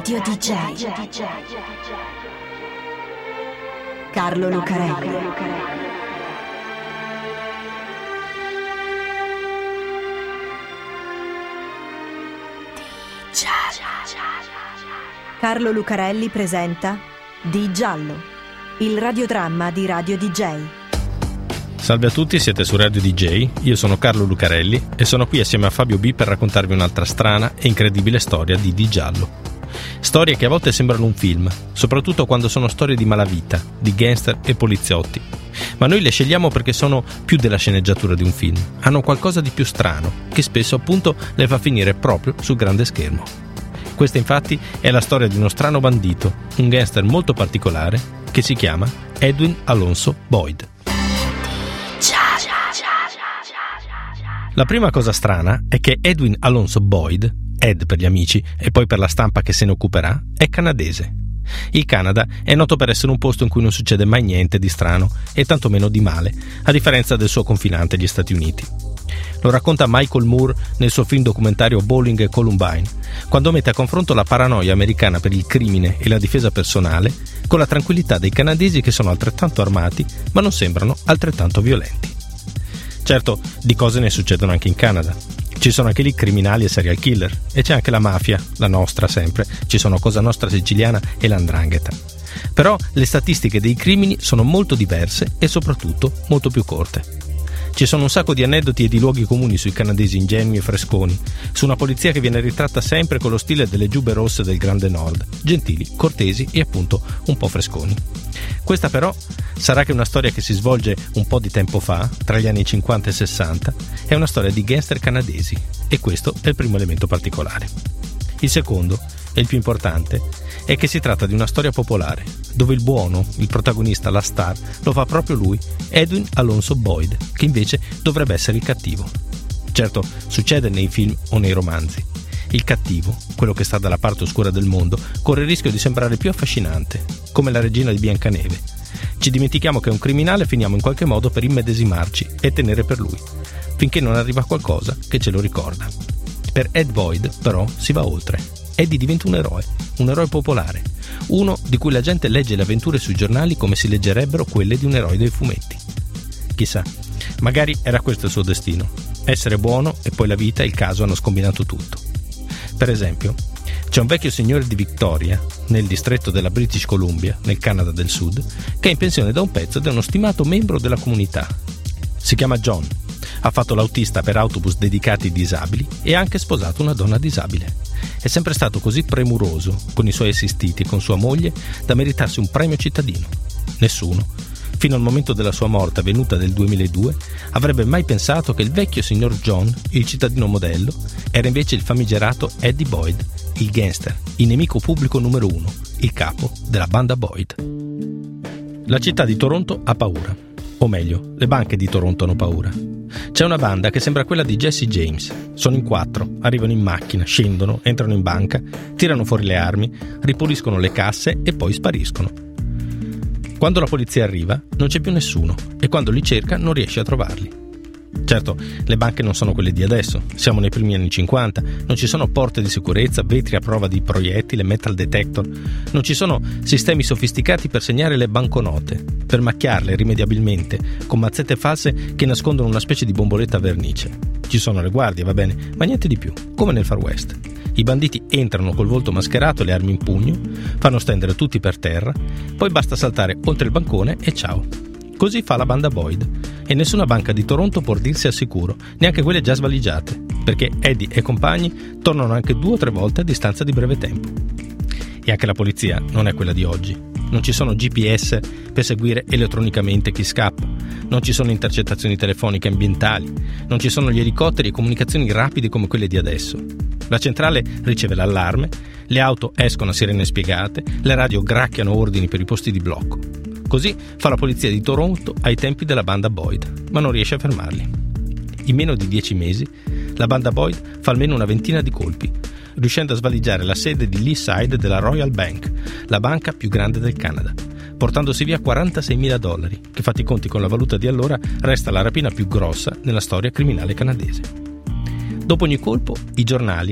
Radio DJ. Carlo Lucarelli. Carlo Lucarelli presenta Di Giallo, il radiodramma di Radio DJ. Salve a tutti, siete su Radio DJ, io sono Carlo Lucarelli e sono qui assieme a Fabio B per raccontarvi un'altra strana e incredibile storia di Giallo. Storie che a volte sembrano un film, soprattutto quando sono storie di malavita, di gangster e poliziotti. Ma noi le scegliamo perché sono più della sceneggiatura di un film, hanno qualcosa di più strano, che spesso appunto le fa finire proprio sul grande schermo. Questa infatti è la storia di uno strano bandito, un gangster molto particolare, che si chiama Edwin Alonso Boyd. La prima cosa strana è che Edwin Alonso Boyd, Ed per gli amici e poi per la stampa che se ne occuperà, è canadese. Il Canada è noto per essere un posto in cui non succede mai niente di strano e tantomeno di male, a differenza del suo confinante, gli Stati Uniti. Lo racconta Michael Moore nel suo film documentario Bowling e Columbine, quando mette a confronto la paranoia americana per il crimine e la difesa personale con la tranquillità dei canadesi che sono altrettanto armati ma non sembrano altrettanto violenti. Certo, di cose ne succedono anche in Canada. Ci sono anche lì criminali e serial killer, e c'è anche la mafia, la nostra sempre, ci sono Cosa Nostra siciliana e l''ndrangheta. Però le statistiche dei crimini sono molto diverse e soprattutto molto più corte. Ci sono un sacco di aneddoti e di luoghi comuni sui canadesi ingenui e fresconi, su una polizia che viene ritratta sempre con lo stile delle giubbe rosse del Grande Nord, gentili, cortesi e appunto un po' fresconi. Questa però sarà che una storia che si svolge un po' di tempo fa, tra gli anni 50 e 60, è una storia di gangster canadesi, e questo è il primo elemento particolare. Il secondo, e il più importante, è che si tratta di una storia popolare, dove il buono, il protagonista, la star, lo fa proprio lui, Edwin Alonso Boyd, che invece dovrebbe essere il cattivo. Certo, succede nei film o nei romanzi. Il cattivo, quello che sta dalla parte oscura del mondo, corre il rischio di sembrare più affascinante, come la regina di Biancaneve. Ci dimentichiamo che è un criminale e finiamo in qualche modo per immedesimarci e tenere per lui, finché non arriva qualcosa che ce lo ricorda. Per Ed Boyd, però, si va oltre. Eddie diventa un eroe popolare, uno di cui la gente legge le avventure sui giornali come si leggerebbero quelle di un eroe dei fumetti. Chissà, magari era questo il suo destino, essere buono e poi la vita e il caso hanno scombinato tutto. Per esempio, c'è un vecchio signore di Victoria, nel distretto della British Columbia, nel Canada del Sud, che è in pensione da un pezzo ed è uno stimato membro della comunità. Si chiama John, ha fatto l'autista per autobus dedicati ai disabili e ha anche sposato una donna disabile. È sempre stato così premuroso con i suoi assistiti e con sua moglie da meritarsi un premio cittadino. Nessuno, fino al momento della sua morte avvenuta nel 2002, avrebbe mai pensato che il vecchio signor John, il cittadino modello, era invece il famigerato Eddie Boyd, il gangster, il nemico pubblico numero 1, il capo della banda Boyd. La città di Toronto ha paura, o meglio, le banche di Toronto hanno paura. C'è una banda che sembra quella di Jesse James. Sono in 4, arrivano in macchina, scendono, entrano in banca, tirano fuori le armi, ripuliscono le casse e poi spariscono. Quando la polizia arriva non c'è più nessuno e quando li cerca non riesce a trovarli. Certo, le banche non sono quelle di adesso, siamo nei primi anni 50, non ci sono porte di sicurezza, vetri a prova di proiettili, metal detector, non ci sono sistemi sofisticati per segnare le banconote, per macchiarle irrimediabilmente con mazzette false che nascondono una specie di bomboletta a vernice. Ci sono le guardie, va bene, ma niente di più, come nel Far West. I banditi entrano col volto mascherato e le armi in pugno, fanno stendere tutti per terra, poi basta saltare oltre il bancone e ciao. Così fa la banda Boyd, e nessuna banca di Toronto può dirsi al sicuro, neanche quelle già svaligiate, perché Eddie e compagni tornano anche 2 o 3 volte a distanza di breve tempo. E anche la polizia non è quella di oggi. Non ci sono GPS per seguire elettronicamente chi scappa, non ci sono intercettazioni telefoniche ambientali, non ci sono gli elicotteri e comunicazioni rapide come quelle di adesso. La centrale riceve l'allarme, le auto escono a sirene spiegate, le radio gracchiano ordini per i posti di blocco. Così fa la polizia di Toronto ai tempi della banda Boyd, ma non riesce a fermarli. In meno di 10 mesi, la banda Boyd fa almeno una ventina di colpi, riuscendo a svaligiare la sede di Leaside della Royal Bank, la banca più grande del Canada, portandosi via $46.000, che fatti i conti con la valuta di allora resta la rapina più grossa nella storia criminale canadese. Dopo ogni colpo, i giornali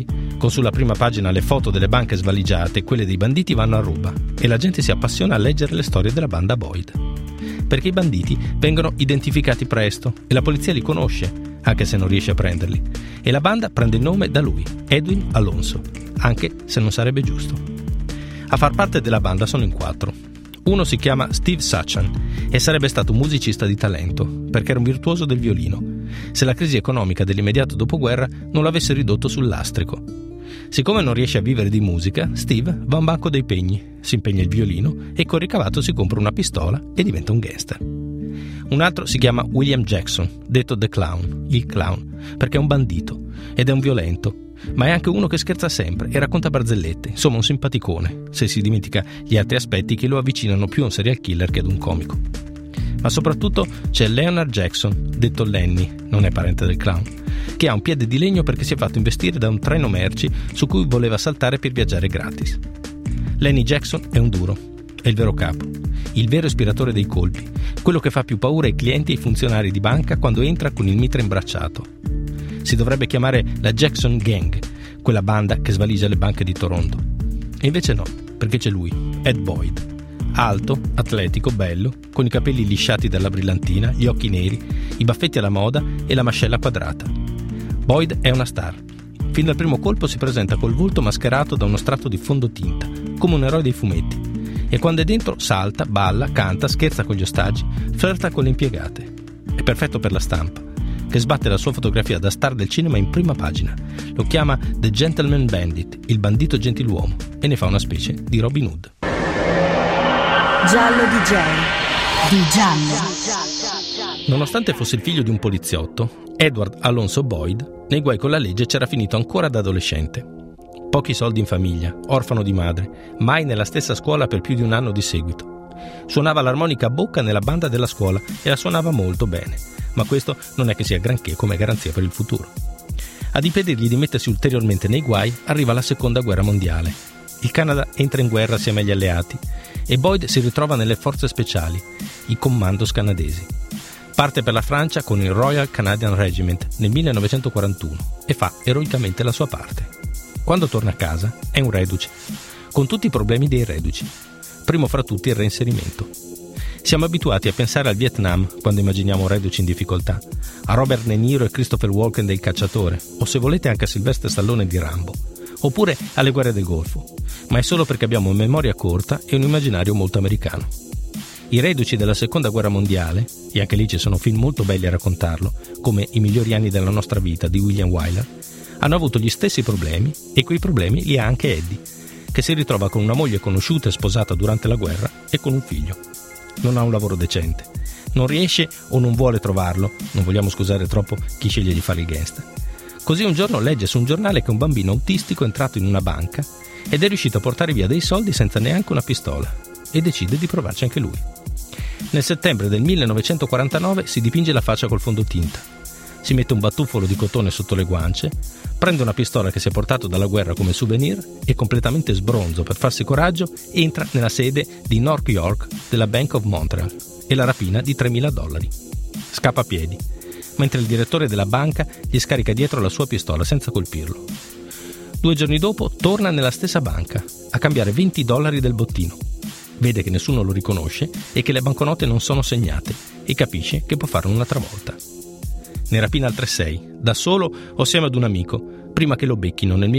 Con sulla prima pagina le foto delle banche svaligiate e quelle dei banditi vanno a ruba e la gente si appassiona a leggere le storie della banda Boyd. Perché i banditi vengono identificati presto e la polizia li conosce, anche se non riesce a prenderli. E la banda prende il nome da lui, Edwin Alonso, anche se non sarebbe giusto. A far parte della banda sono in 4. Uno si chiama Steve Sachan e sarebbe stato un musicista di talento, perché era un virtuoso del violino, se la crisi economica dell'immediato dopoguerra non l'avesse ridotto sul lastrico. Siccome non riesce a vivere di musica, Steve va a un banco dei pegni, si impegna il violino e col ricavato si compra una pistola e diventa un gangster. Un altro si chiama William Jackson, detto The Clown, il clown, perché è un bandito ed è un violento, ma è anche uno che scherza sempre e racconta barzellette, insomma un simpaticone, se si dimentica gli altri aspetti che lo avvicinano più a un serial killer che ad un comico. Ma soprattutto c'è Leonard Jackson, detto Lenny, non è parente del clown, che ha un piede di legno perché si è fatto investire da un treno merci su cui voleva saltare per viaggiare gratis. Lenny Jackson è un duro, è il vero capo, il vero ispiratore dei colpi, quello che fa più paura ai clienti e ai funzionari di banca quando entra con il mitra imbracciato. Si dovrebbe chiamare la Jackson Gang, quella banda che svaligia le banche di Toronto. E invece no, perché c'è lui, Ed Boyd. Alto, atletico, bello, con i capelli lisciati dalla brillantina, gli occhi neri, i baffetti alla moda e la mascella quadrata. Boyd è una star. Fin dal primo colpo si presenta col volto mascherato da uno strato di fondotinta, come un eroe dei fumetti. E quando è dentro salta, balla, canta, scherza con gli ostaggi, flirta con le impiegate. È perfetto per la stampa, che sbatte la sua fotografia da star del cinema in prima pagina. Lo chiama The Gentleman Bandit, il bandito gentiluomo, e ne fa una specie di Robin Hood. Giallo DJ di Giallo. Nonostante fosse il figlio di un poliziotto, Edward Alonso Boyd nei guai con la legge c'era finito ancora da adolescente. Pochi soldi in famiglia, orfano di madre, mai nella stessa scuola per più di un anno di seguito. Suonava l'armonica a bocca nella banda della scuola e la suonava molto bene, ma questo non è che sia granché come garanzia per il futuro. Ad impedirgli di mettersi ulteriormente nei guai arriva la seconda guerra mondiale. Il Canada entra in guerra assieme agli alleati e Boyd si ritrova nelle forze speciali, i commandos canadesi. Parte per la Francia con il Royal Canadian Regiment nel 1941 e fa eroicamente la sua parte. Quando torna a casa è un reduce, con tutti i problemi dei reduci, primo fra tutti il reinserimento. Siamo abituati a pensare al Vietnam quando immaginiamo reduci in difficoltà, a Robert De Niro e Christopher Walken del Cacciatore, o se volete anche a Sylvester Stallone di Rambo, oppure alle guerre del Golfo, ma è solo perché abbiamo memoria corta e un immaginario molto americano. I reduci della seconda guerra mondiale, e anche lì ci sono film molto belli a raccontarlo, come I migliori anni della nostra vita di William Wyler, hanno avuto gli stessi problemi e quei problemi li ha anche Eddie, che si ritrova con una moglie conosciuta e sposata durante la guerra e con un figlio. Non ha un lavoro decente, non riesce o non vuole trovarlo, non vogliamo scusare troppo chi sceglie di fare il gangster. Così un giorno legge su un giornale che un bambino autistico è entrato in una banca ed è riuscito a portare via dei soldi senza neanche una pistola e decide di provarci anche lui. Nel settembre del 1949 si dipinge la faccia col fondotinta, si mette un batuffolo di cotone sotto le guance, prende una pistola che si è portato dalla guerra come souvenir e, completamente sbronzo per farsi coraggio, entra nella sede di North York della Bank of Montreal e la rapina di $3.000. Scappa a piedi, mentre il direttore della banca gli scarica dietro la sua pistola senza colpirlo. 2 giorni dopo torna nella stessa banca a cambiare $20 del bottino. Vede che nessuno lo riconosce e che le banconote non sono segnate e capisce che può farlo un'altra volta. Ne rapina altre 6, da solo o assieme ad un amico, prima che lo becchino nel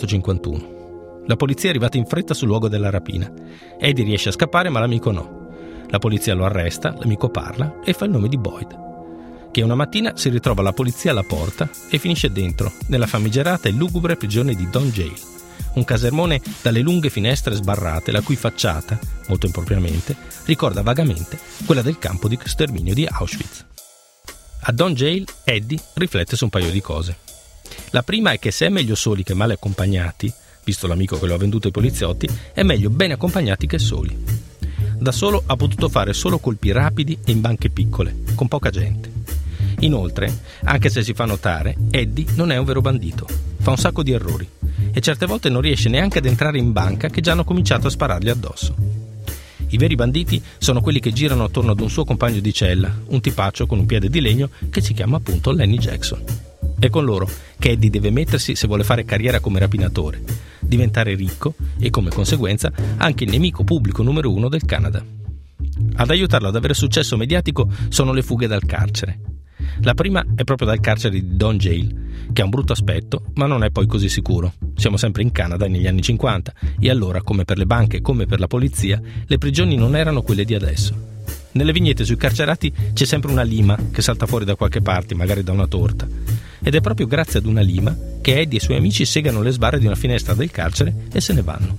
1951. La polizia è arrivata in fretta sul luogo della rapina. Eddie riesce a scappare ma l'amico no. La polizia lo arresta, l'amico parla e fa il nome di Boyd, che una mattina si ritrova la polizia alla porta e finisce dentro, nella famigerata e lugubre prigione di Don Jail, un casermone dalle lunghe finestre sbarrate, la cui facciata, molto impropriamente, ricorda vagamente quella del campo di sterminio di Auschwitz. A Don Jail, Eddie riflette su un paio di cose. La prima è che se è meglio soli che male accompagnati, visto l'amico che lo ha venduto ai poliziotti, è meglio bene accompagnati che soli. Da solo ha potuto fare solo colpi rapidi e in banche piccole, con poca gente. Inoltre, anche se si fa notare, Eddie non è un vero bandito, fa un sacco di errori e certe volte non riesce neanche ad entrare in banca che già hanno cominciato a sparargli addosso. I veri banditi sono quelli che girano attorno ad un suo compagno di cella, un tipaccio con un piede di legno che si chiama appunto Lenny Jackson. È con loro che Eddie deve mettersi se vuole fare carriera come rapinatore, diventare ricco e, come conseguenza, anche il nemico pubblico numero 1 del Canada. Ad aiutarlo ad avere successo mediatico sono le fughe dal carcere. La prima è proprio dal carcere di Don Jail, che ha un brutto aspetto, ma non è poi così sicuro. Siamo sempre in Canada negli anni 50 e allora, come per le banche e come per la polizia, le prigioni non erano quelle di adesso. Nelle vignette sui carcerati c'è sempre una lima che salta fuori da qualche parte, magari da una torta. Ed è proprio grazie ad una lima che Eddie e i suoi amici segano le sbarre di una finestra del carcere e se ne vanno.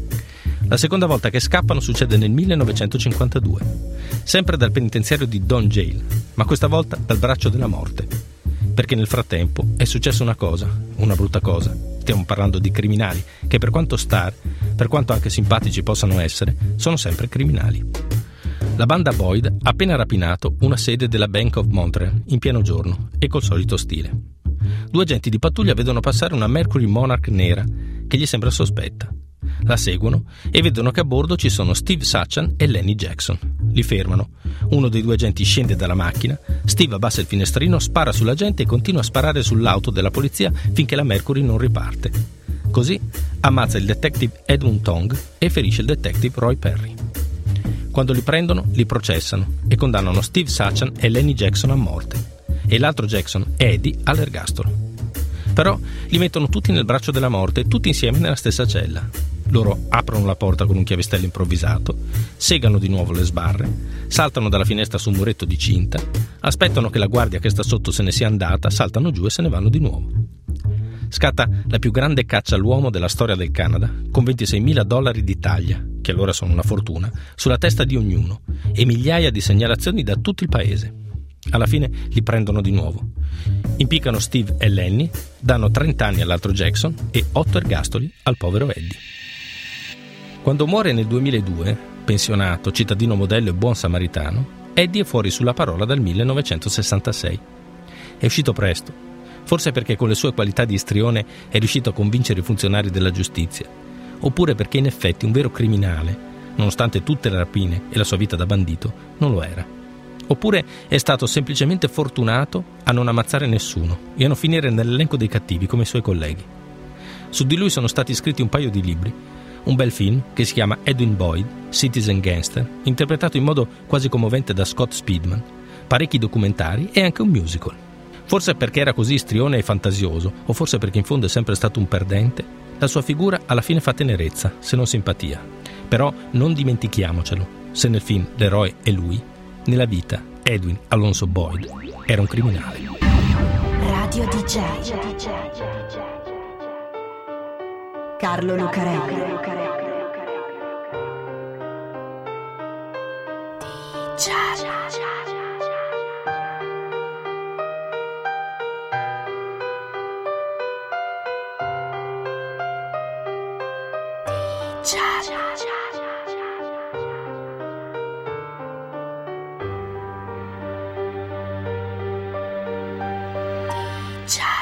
La seconda volta che scappano succede nel 1952, sempre dal penitenziario di Don Jail, ma questa volta dal braccio della morte. Perché nel frattempo è successa una cosa, una brutta cosa. Stiamo parlando di criminali che, per quanto per quanto anche simpatici possano essere, sono sempre criminali. La banda Boyd ha appena rapinato una sede della Bank of Montreal in pieno giorno e col solito stile. 2 agenti di pattuglia vedono passare una Mercury Monarch nera che gli sembra sospetta. La seguono e vedono che a bordo ci sono Steve Sachan e Lenny Jackson. Li fermano. Uno dei 2 agenti scende dalla macchina, Steve abbassa il finestrino, spara sull'agente e continua a sparare sull'auto della polizia finché la Mercury non riparte. Così ammazza il detective Edmund Tong e ferisce il detective Roy Perry. Quando li prendono, li processano e condannano Steve Sachan e Lenny Jackson a morte e l'altro Jackson, Eddie, all'ergastolo. Però li mettono tutti nel braccio della morte, tutti insieme nella stessa cella. Loro aprono la porta con un chiavistello improvvisato, segano di nuovo le sbarre, saltano dalla finestra su un muretto di cinta, aspettano che la guardia che sta sotto se ne sia andata, saltano giù e se ne vanno di nuovo. Scatta la più grande caccia all'uomo della storia del Canada, con $26.000 di taglia, che allora sono una fortuna, sulla testa di ognuno, e migliaia di segnalazioni da tutto il paese. Alla fine li prendono di nuovo. Impiccano Steve e Lenny, danno 30 anni all'altro Jackson e 8 ergastoli al povero Eddie. Quando muore nel 2002, pensionato, cittadino modello e buon samaritano, Eddie è fuori sulla parola dal 1966. È uscito presto, forse perché con le sue qualità di istrione è riuscito a convincere i funzionari della giustizia, oppure perché in effetti un vero criminale, nonostante tutte le rapine e la sua vita da bandito, non lo era. Oppure è stato semplicemente fortunato a non ammazzare nessuno e a non finire nell'elenco dei cattivi come i suoi colleghi. Su di lui sono stati scritti un paio di libri, un bel film che si chiama Edwin Boyd, Citizen Gangster, interpretato in modo quasi commovente da Scott Speedman, parecchi documentari e anche un musical. Forse perché era così istrione e fantasioso, o forse perché in fondo è sempre stato un perdente, la sua figura alla fine fa tenerezza, se non simpatia. Però non dimentichiamocelo, se nel film l'eroe è lui, nella vita Edwin Alonso Boyd era un criminale. Radio DJ Carlo Lucarelli. Ciao.